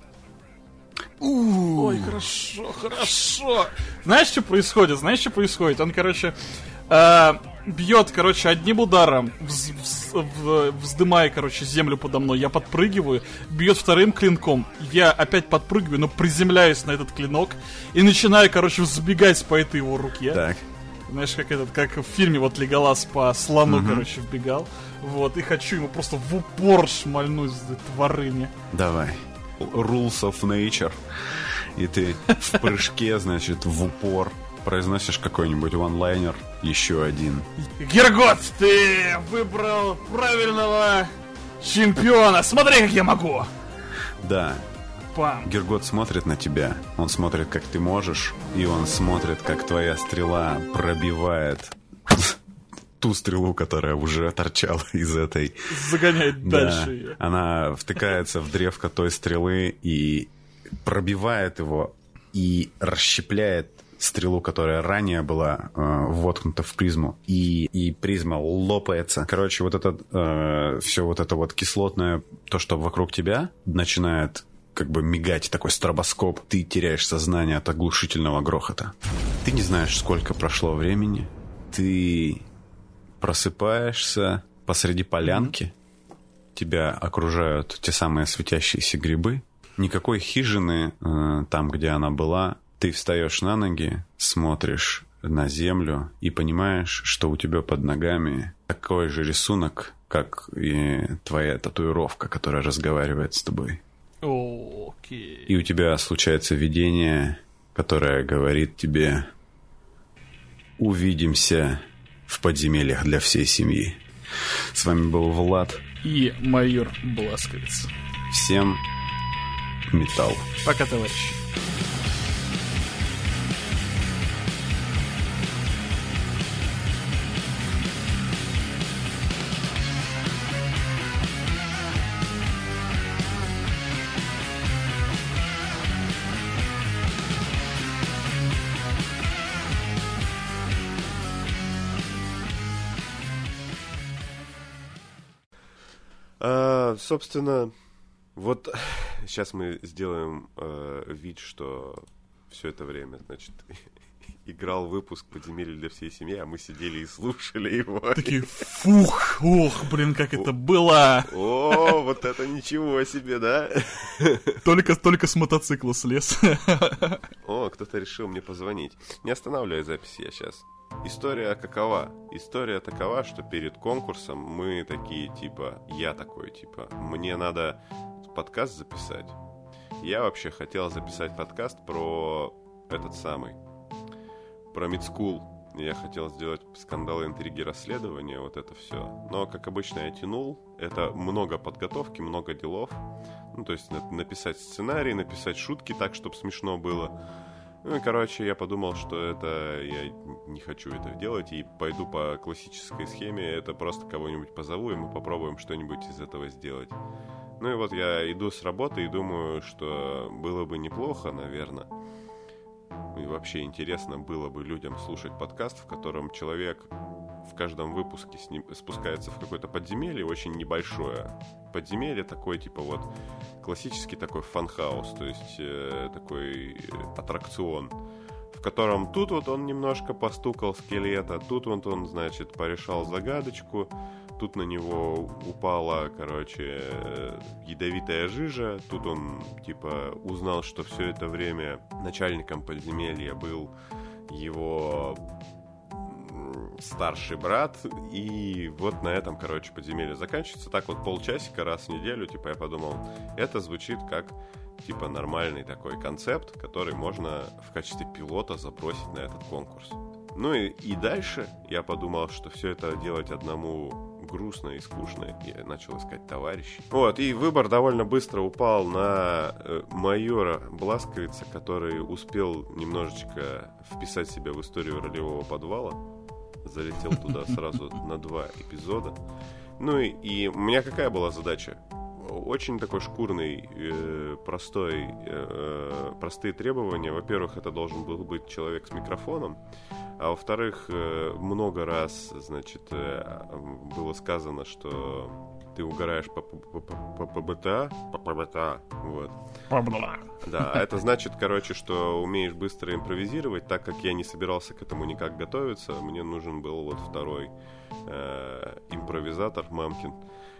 Speaker 2: Ой, хорошо. Знаешь, что происходит? Он, короче, бьет, короче, одним ударом, вздымая, короче, землю подо мной. Я подпрыгиваю, бьет вторым клинком. Я опять подпрыгиваю, но приземляюсь на этот клинок и начинаю, короче, взбегать по этой его руке.
Speaker 3: Так.
Speaker 2: Знаешь, как в фильме вот Леголас по слону, короче, вбегал. Вот, и хочу ему просто в упор шмальнуть с тварыни.
Speaker 3: Давай. Rules of Nature. И ты в прыжке, значит, в упор произносишь какой-нибудь ванлайнер. Еще один.
Speaker 2: Гергот, ты выбрал правильного чемпиона. Смотри, как я могу.
Speaker 3: Да.
Speaker 2: Пам.
Speaker 3: Гергот смотрит на тебя. Он смотрит, как ты можешь. И он смотрит, как твоя стрела пробивает ту стрелу, которая уже торчала из этой.
Speaker 2: Загоняет дальше ее.
Speaker 3: Она втыкается в древко той стрелы и пробивает его и расщепляет стрелу, которая ранее была воткнута в призму, и призма лопается. Короче, вот это все вот это вот кислотное, то, что вокруг тебя начинает как бы мигать, такой стробоскоп. Ты теряешь сознание от оглушительного грохота. Ты не знаешь, сколько прошло времени. Ты просыпаешься посреди полянки. Тебя окружают те самые светящиеся грибы. Никакой хижины там, где она была. Ты встаешь на ноги, смотришь на землю и понимаешь, что у тебя под ногами такой же рисунок, как и твоя татуировка, которая разговаривает с тобой.
Speaker 2: Окей.
Speaker 3: И у тебя случается видение, которое говорит тебе: увидимся в подземельях для всей семьи. С вами был Влад
Speaker 2: и майор Бласковец.
Speaker 3: Всем металл.
Speaker 2: Пока, товарищи.
Speaker 1: Собственно, вот сейчас мы сделаем вид, что все это время, значит, играл выпуск «Подземелья для всей семьи», а мы сидели и слушали его.
Speaker 2: Такие, фух, ох, блин, как это было!
Speaker 1: О, вот это ничего себе, да?
Speaker 2: Только с мотоцикла слез.
Speaker 1: О, кто-то решил мне позвонить. Не останавливай запись я сейчас. История какова? История такова, что перед конкурсом мы такие, типа, я такой, типа, мне надо подкаст записать. Я вообще хотел записать подкаст про этот самый, про Мидскул. Я хотел сделать скандалы, интриги, расследования, вот это все. Но, как обычно, я тянул. Это много подготовки, много делов. Ну, то есть написать сценарий, написать шутки так, чтобы смешно было. Ну и, короче, я подумал, что это я не хочу это делать и пойду по классической схеме. Это просто кого-нибудь позову, и мы попробуем что-нибудь из этого сделать. Ну и вот я иду с работы и думаю, что было бы неплохо, наверное. И вообще интересно было бы людям слушать подкаст, в котором человек в каждом выпуске спускается в какое-то подземелье, очень небольшое подземелье, такой типа вот классический такой фан-хаус, то есть такой аттракцион, в котором тут вот он немножко постукал скелета, тут вот он, значит, порешал загадочку, тут на него упала, короче, ядовитая жижа, тут он типа узнал, что все это время начальником подземелья был его старший брат, и вот на этом, короче, подземелье заканчивается. Так вот полчасика раз в неделю, типа, я подумал, это звучит как, типа, нормальный такой концепт, который можно в качестве пилота забросить на этот конкурс. Ну и дальше я подумал, что все это делать одному грустно и скучно. Я начал искать товарищей. Вот, и выбор довольно быстро упал на майора Бласковица, который успел немножечко вписать себя в историю ролевого подвала. Залетел туда сразу на 2 эпизода. Ну и у меня какая была задача? Очень такой шкурный, простые требования. Во-первых, это должен был быть человек с микрофоном. А во-вторых, много раз, значит, было сказано, что ты угораешь по ПБТА, вот. Да, а это значит, короче, что умеешь быстро импровизировать. Так как я не собирался к этому никак готовиться, мне нужен был вот второй импровизатор Мамкин,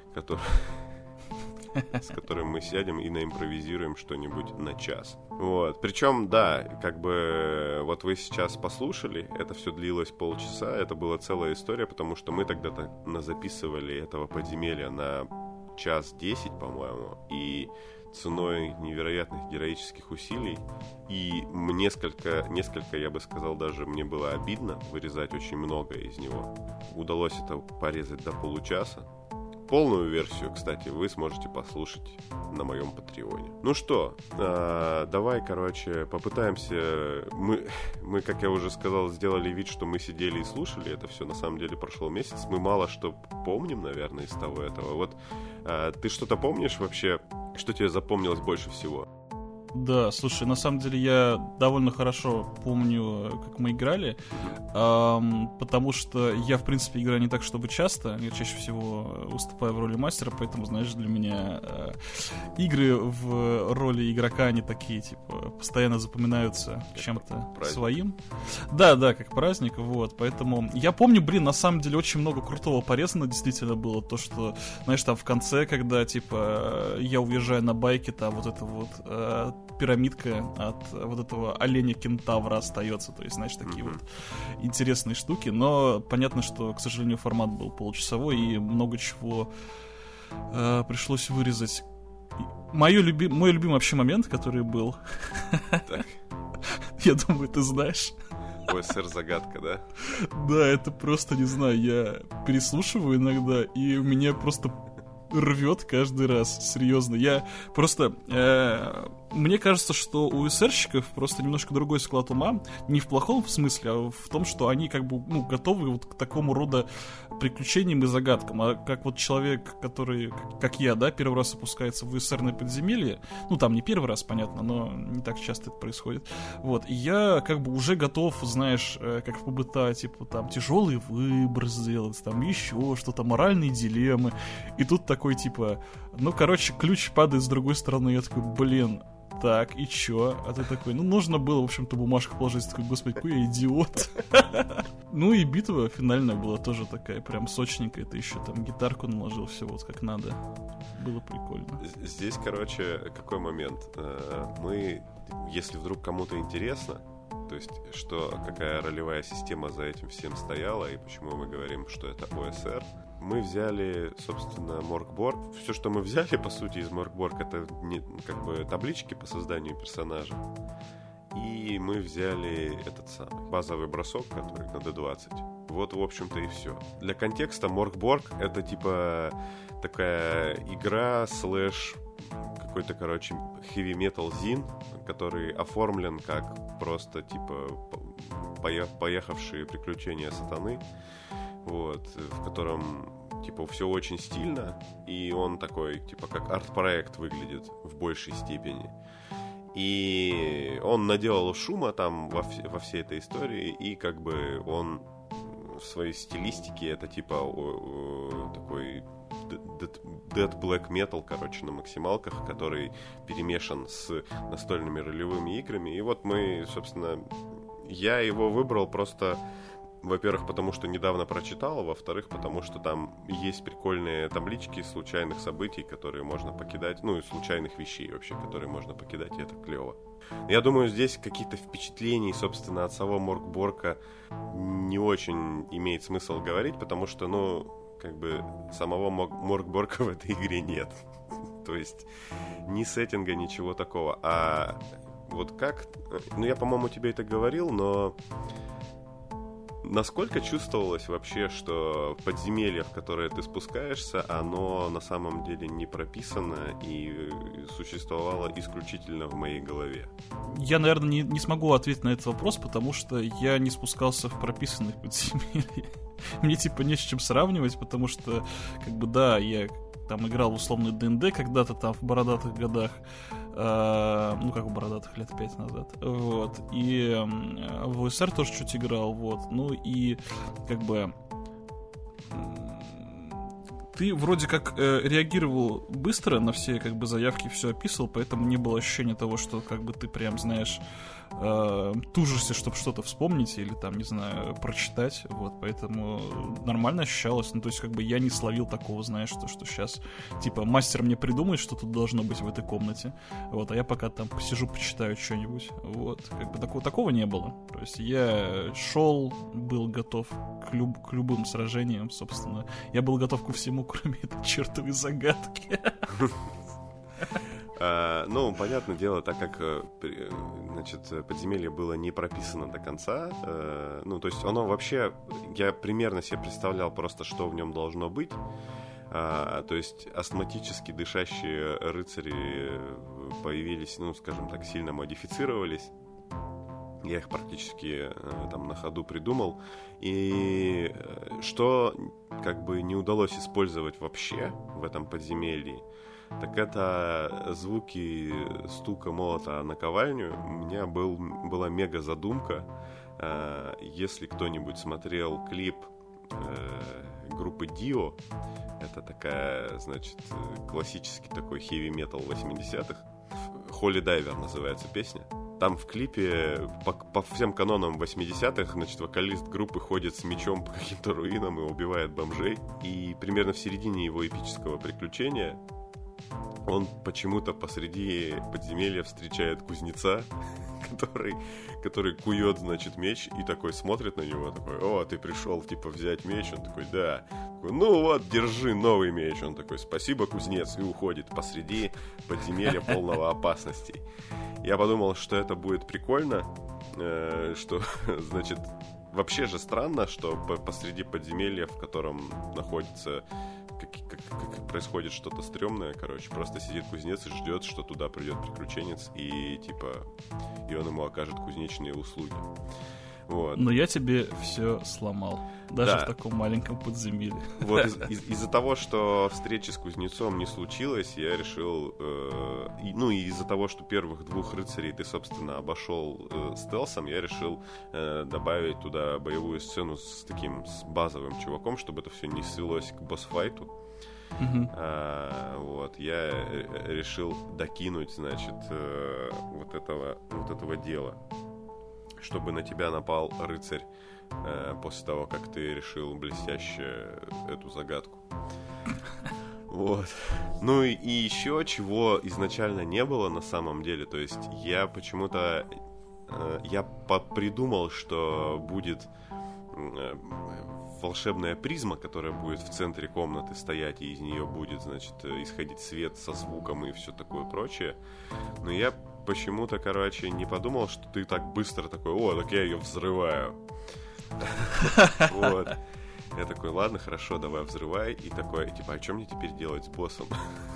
Speaker 1: с которым мы сядем и наимпровизируем что-нибудь на час. Вот. Причем, да, как бы вот вы сейчас послушали, это все длилось полчаса, это была целая история, потому что мы тогда-то записывали этого подземелья на 1:10, по-моему, и ценой невероятных героических усилий. И несколько, я бы сказал, даже мне было обидно вырезать очень многое из него. Удалось это порезать до получаса. Полную версию, кстати, вы сможете послушать на моем Патреоне. Ну что, давай, короче, попытаемся... Мы, как я уже сказал, сделали вид, что мы сидели и слушали это все. На самом деле прошел месяц. Мы мало что помним, наверное, из того этого. Вот ты что-то помнишь вообще? Что тебе запомнилось больше всего?
Speaker 2: Да, слушай, на самом деле я довольно хорошо помню, как мы играли, потому что я, в принципе, играю не так, чтобы часто, я чаще всего выступаю в роли мастера, поэтому, знаешь, для меня игры в роли игрока, они такие, типа, постоянно запоминаются как чем-то своим. Да, как праздник, вот, поэтому я помню, на самом деле очень много крутого порезано действительно было, то, что, знаешь, там в конце, когда, типа, я уезжаю на байке, там вот это вот... пирамидка от вот этого оленя-кентавра остается. То есть, знаешь, такие вот интересные штуки. Но понятно, что, к сожалению, формат был получасовой, и много чего пришлось вырезать. Мой любимый вообще момент, который был... Я думаю, ты знаешь...
Speaker 1: ОСР-загадка, да?
Speaker 2: Да, это просто, не знаю, я переслушиваю иногда, и у меня просто... рвет каждый раз, серьезно. Я просто... мне кажется, что у СРщиков просто немножко другой склад ума. Не в плохом смысле, а в том, что они как бы готовы вот к такому рода приключениям и загадкам. А как вот человек, который, как я, да, первый раз опускается в СРное подземелье, ну там не первый раз, понятно, но не так часто это происходит. Вот, и я как бы уже готов, знаешь, как в ПБТА, типа там тяжелый выбор сделать, там еще что-то, моральные дилеммы. И тут такой типа, ну короче, ключ падает с другой стороны, я такой, блин, так, и чё? А ты такой, ну, нужно было, в общем-то, бумажку положить. Такой, господи, какой я идиот. Ну, и битва финальная была тоже такая, прям сочненькая. Ты еще там гитарку наложил, все вот как надо. Было прикольно.
Speaker 1: Здесь, короче, какой момент? Мы, если вдруг кому-то интересно, то есть, какая ролевая система за этим всем стояла, и почему мы говорим, что это ОСР, мы взяли, собственно, Моркборг. Все, что мы взяли, по сути, из Моркборг, это как бы таблички по созданию персонажа. И мы взяли этот самый базовый бросок, который на D20. Вот, в общем-то, и все. Для контекста, Моркборг — это типа такая игра слэш какой-то, короче, heavy-metal зин, который оформлен как просто, типа, поехавшие приключения сатаны. Вот, в котором, типа, все очень стильно, и он такой, типа, как арт-проект выглядит в большей степени. И он наделал шума там во всей этой истории, и как бы он в своей стилистике, это типа такой dead black metal, короче, на максималках, который перемешан с настольными ролевыми играми. И вот мы, собственно, я его выбрал просто... Во-первых, потому что недавно прочитал, а во-вторых, потому что там есть прикольные таблички случайных событий, которые можно покидать, ну и случайных вещей вообще, которые можно покидать, и это клево. Я думаю, здесь какие-то впечатления, собственно, от самого Моркборга не очень имеет смысл говорить, потому что, ну, как бы самого Моркборга в этой игре нет. То есть ни сеттинга, ничего такого. А вот как... Ну, я, по-моему, тебе это говорил, но... насколько чувствовалось вообще, что подземелье, в которое ты спускаешься, оно на самом деле не прописано и существовало исключительно в моей голове?
Speaker 2: Я, наверное, не смогу ответить на этот вопрос, потому что я не спускался в прописанных подземельях. Мне, типа, не с чем сравнивать, потому что, как бы, да, я там играл в условный ДНД когда-то там в бородатых годах, ну, как в бородатых, лет 5 назад, вот, и в СР тоже чуть играл, вот, ну, и, как бы, ты вроде как реагировал быстро на все, как бы, заявки, все описывал, поэтому не было ощущения того, что, как бы, ты прям, знаешь, тужишься, чтобы что-то вспомнить или там, не знаю, прочитать, вот, поэтому нормально ощущалось, ну, то есть, как бы, я не словил такого, знаешь, что сейчас, типа, мастер мне придумает, что тут должно быть в этой комнате, вот, а я пока там посижу, почитаю что-нибудь, вот, как бы, такого не было, то есть, я шел, был готов к любым сражениям, собственно, я был готов ко всему, кроме этой чертовой загадки.
Speaker 1: Ну, понятное дело, так как, значит, подземелье было не прописано до конца, ну, то есть оно вообще, я примерно себе представлял просто, что в нем должно быть, то есть астматически дышащие рыцари появились, ну, скажем так, сильно модифицировались. Я их практически там на ходу придумал. И что как бы не удалось использовать вообще в этом подземелье, так это звуки стука молота на наковальню. У меня была мега задумка. Если кто-нибудь смотрел клип группы Dio, это такая, значит, классический такой хэви-метал 80-х. Holy Diver называется песня. Там в клипе по всем канонам 80-х, значит, вокалист группы ходит с мечом по каким-то руинам и убивает бомжей. И примерно в середине его эпического приключения он почему-то посреди подземелья встречает кузнеца, который кует, значит, меч, и такой смотрит на него, такой: о, ты пришел, типа, взять меч? Он такой: да. Такой: ну вот, держи новый меч. Он такой: спасибо, кузнец, и уходит посреди подземелья полного опасностей. Я подумал, что это будет прикольно, что, значит, вообще же странно, что посреди подземелья, в котором находится, как происходит что-то стрёмное, короче, просто сидит кузнец и ждет, что туда придет приключенец, и, типа, и он ему окажет кузнечные услуги. Вот.
Speaker 2: Но я тебе все сломал. Даже в таком маленьком подземелье.
Speaker 1: Вот из-за того, что встречи с кузнецом не случилось, я решил... ну и из-за того, что первых двух рыцарей ты, собственно, обошел стелсом, я решил добавить туда боевую сцену с таким базовым чуваком, чтобы это все не свелось к босс-файту. Вот, я решил докинуть, значит, вот этого дела, чтобы на тебя напал рыцарь после того, как ты решил блестяще эту загадку. Вот. Ну и еще чего изначально не было на самом деле. То есть я почему-то придумал, что будет волшебная призма, которая будет в центре комнаты стоять, и из нее будет, значит, исходить свет со звуком и все такое прочее. Но я почему-то, короче, не подумал, что ты так быстро такой: о, так я ее взрываю. Вот. Я такой: ладно, хорошо, давай взрывай. И такой, типа, а что мне теперь делать с боссом?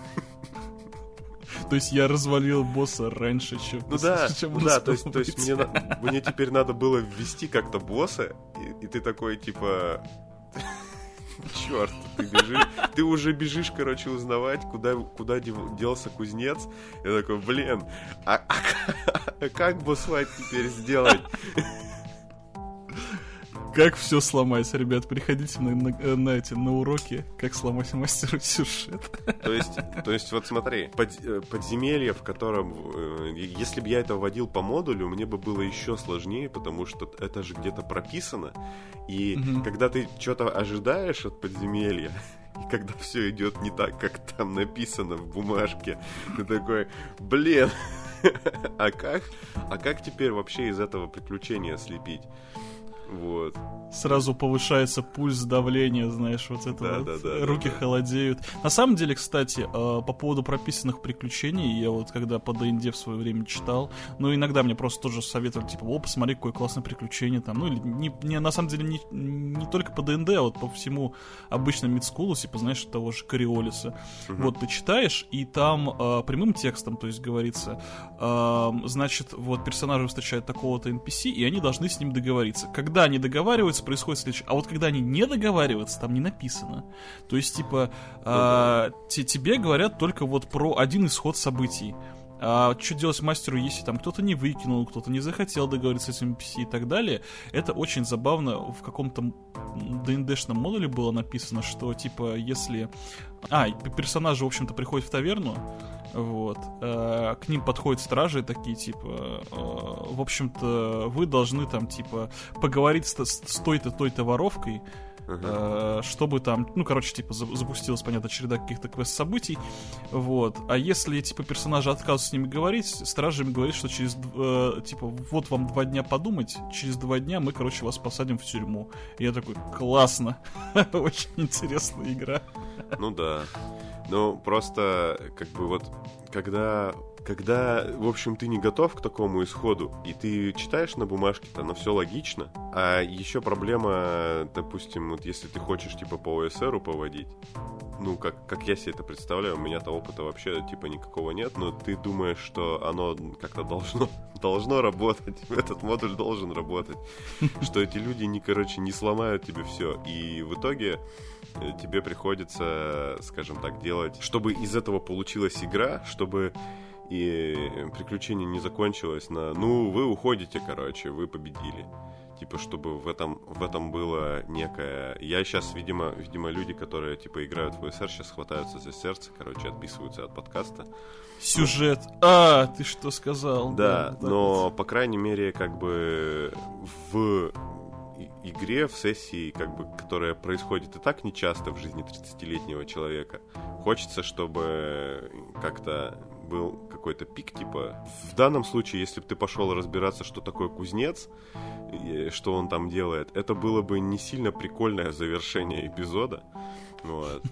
Speaker 2: То есть я развалил босса раньше, чем...
Speaker 1: Ну да, то есть мне теперь надо было ввести как-то босса, и ты такой, типа... Черт, ты уже бежишь, короче, узнавать, куда делся кузнец. Я такой: блин, а как босс-файт теперь сделать?
Speaker 2: Как все сломать, ребят? Приходите на уроки, как сломать мастеру сюжет.
Speaker 1: То есть вот смотри, подземелье, в котором, если бы я это вводил по модулю, мне бы было еще сложнее, потому что это же где-то прописано. И когда ты что-то ожидаешь от подземелья, и когда все идет не так, как там написано в бумажке, ты такой: блин, а как теперь вообще из этого приключения слепить? Вот.
Speaker 2: Сразу повышается пульс, давление, знаешь, вот это руки холодеют. На самом деле, кстати, по поводу прописанных приключений, я вот когда по ДНД в свое время читал, ну, иногда мне просто тоже советовали, типа, посмотри, какое классное приключение там, ну, или не на самом деле не только по ДНД, а вот по всему обычному мидскулу, типа, знаешь, того же Кориолиса. Вот ты читаешь, и там прямым текстом, то есть говорится, значит, вот персонажи встречают такого-то NPC, и они должны с ним договориться. Когда они договариваются, происходит следующее. А вот когда они не договариваются, там не написано. То есть, типа, тебе говорят только вот про один исход событий. А что делать мастеру, если там кто-то не выкинул, кто-то не захотел договориться с этим NPC и так далее. Это очень забавно. В каком-то ДНДшном модуле было написано, что, типа, если... персонажи, в общем-то, приходят в таверну, вот, к ним подходят стражи такие, типа, в общем-то, вы должны там, типа, поговорить с той-то, той-то воровкой, чтобы там, ну, короче, типа, запустилась, понятно, череда каких-то квест-событий, вот, а если, типа, персонажи отказываются с ними говорить, стражи им говорят, что через, типа, вот вам 2 дня подумать, через 2 дня мы, короче, вас посадим в тюрьму. И я такой, классно, очень интересная игра.
Speaker 1: Ну да. Ну, просто, как бы вот, когда, в общем, ты не готов к такому исходу, и ты читаешь на бумажке-то, оно все логично, а еще проблема, допустим, вот если ты хочешь, типа, по ОСРу поводить, ну, как я себе это представляю, у меня-то опыта вообще, типа, никакого нет, но ты думаешь, что оно как-то должно работать, этот модуль должен работать, что эти люди, не сломают тебе все, и в итоге тебе приходится, скажем так, делать, чтобы из этого получилась игра, чтобы и приключение не закончилось на «ну, вы уходите, короче, вы победили». Типа, чтобы в этом было некое... Я сейчас, видимо, люди, которые, типа, играют в ОСР, сейчас хватаются за сердце, короче, отписываются от подкаста.
Speaker 2: Сюжет. Ты что сказал?
Speaker 1: Да, но, по крайней мере, как бы в игре, в сессии, как бы, которая происходит и так нечасто в жизни 30-летнего человека, хочется, чтобы как-то был какой-то пик, типа... В данном случае, если бы ты пошел разбираться, что такое кузнец, что он там делает, это было бы не сильно прикольное завершение эпизода. Вот.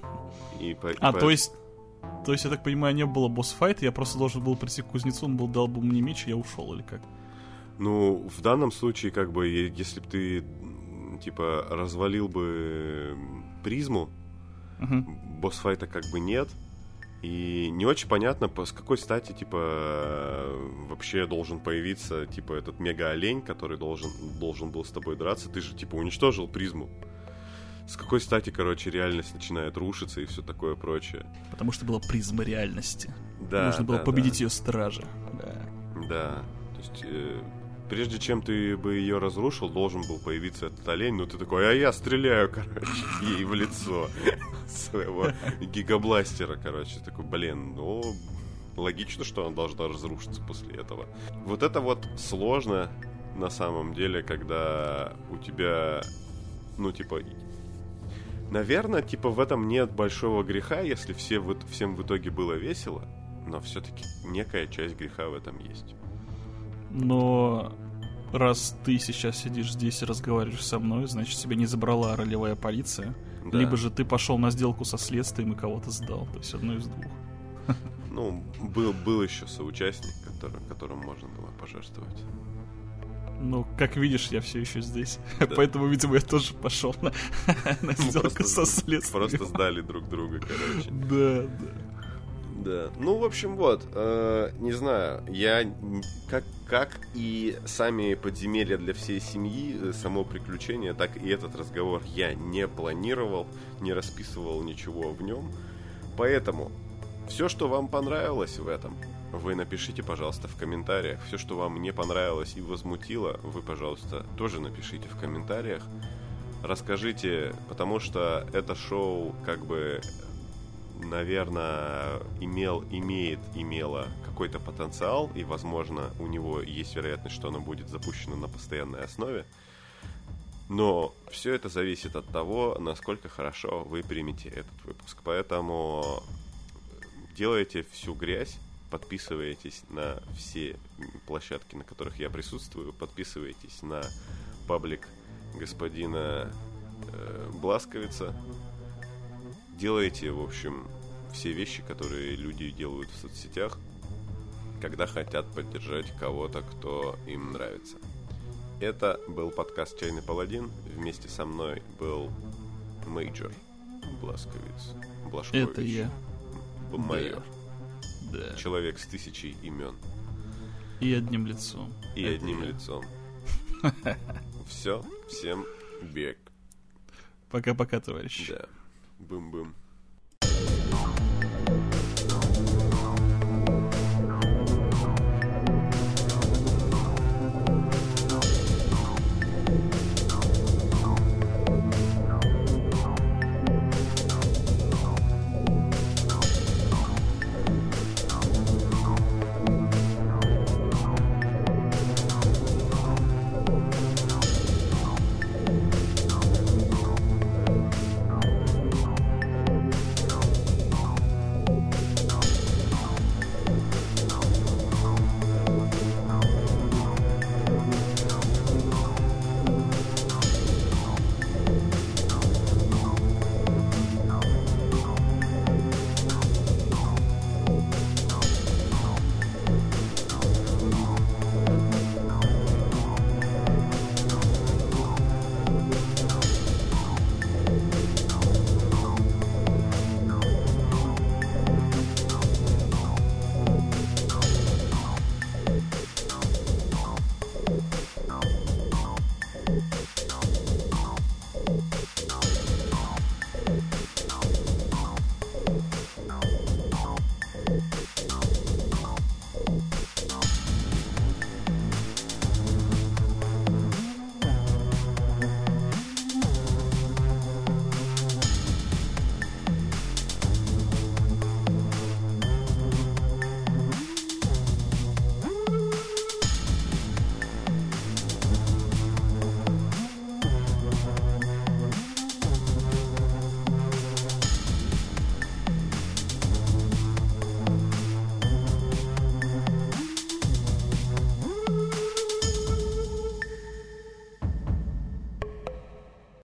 Speaker 2: То есть, я так понимаю, не было босс-файта, я просто должен был прийти к кузнецу, он дал бы мне меч, и я ушел, или как?
Speaker 1: Ну, в данном случае, как бы, если бы ты, типа, развалил бы призму, босс-файта как бы нет, и не очень понятно, с какой стати, типа, вообще должен появиться, типа, этот мега-олень, который должен был с тобой драться. Ты же, типа, уничтожил призму. С какой стати, короче, реальность начинает рушиться и все такое прочее.
Speaker 2: Потому что была призма реальности.
Speaker 1: Да,
Speaker 2: нужно было победить ее стража.
Speaker 1: Да. То есть, прежде чем ты бы ее разрушил, должен был появиться этот олень. Ну, ты такой, я стреляю, короче, ей в лицо своего гигабластера, короче. Такой, логично, что она должна разрушиться после этого. Вот это вот сложно, на самом деле, когда у тебя, ну, типа... Наверное, типа, в этом нет большого греха, если всем в итоге было весело, но все-таки некая часть греха в этом есть.
Speaker 2: Но раз ты сейчас сидишь здесь и разговариваешь со мной, значит, тебя не забрала ролевая полиция. Да. Либо же ты пошел на сделку со следствием и кого-то сдал. То есть одно из двух.
Speaker 1: Ну, был еще соучастник, которым можно было пожертвовать.
Speaker 2: Ну, как видишь, я все еще здесь. Да. Поэтому, видимо, я тоже пошел на сделку со следствием.
Speaker 1: Просто сдали друг друга, короче.
Speaker 2: Да.
Speaker 1: Ну, в общем, вот, не знаю, я, как и сами подземелья для всей семьи, само приключение, так и этот разговор я не планировал, не расписывал ничего в нем. Поэтому все, что вам понравилось в этом, вы напишите, пожалуйста, в комментариях. Все, что вам не понравилось и возмутило, вы, пожалуйста, тоже напишите в комментариях. Расскажите, потому что это шоу, как бы, наверное, имело какой-то потенциал, и, возможно, у него есть вероятность, что оно будет запущено на постоянной основе. Но все это зависит от того, насколько хорошо вы примете этот выпуск. Поэтому делайте всю грязь, подписывайтесь на все площадки, на которых я присутствую, подписывайтесь на паблик господина Бласковица. Делайте, в общем, все вещи, которые люди делают в соцсетях, когда хотят поддержать кого-то, кто им нравится. Это был подкаст «Чайный паладин». Вместе со мной был Мейджор Блашкович.
Speaker 2: Это я.
Speaker 1: Майор.
Speaker 2: Да.
Speaker 1: Человек с 1000 имен.
Speaker 2: И одним лицом.
Speaker 1: И это одним лицом. Все, всем бег.
Speaker 2: Пока-пока, товарищи.
Speaker 1: Да. Бум-бум.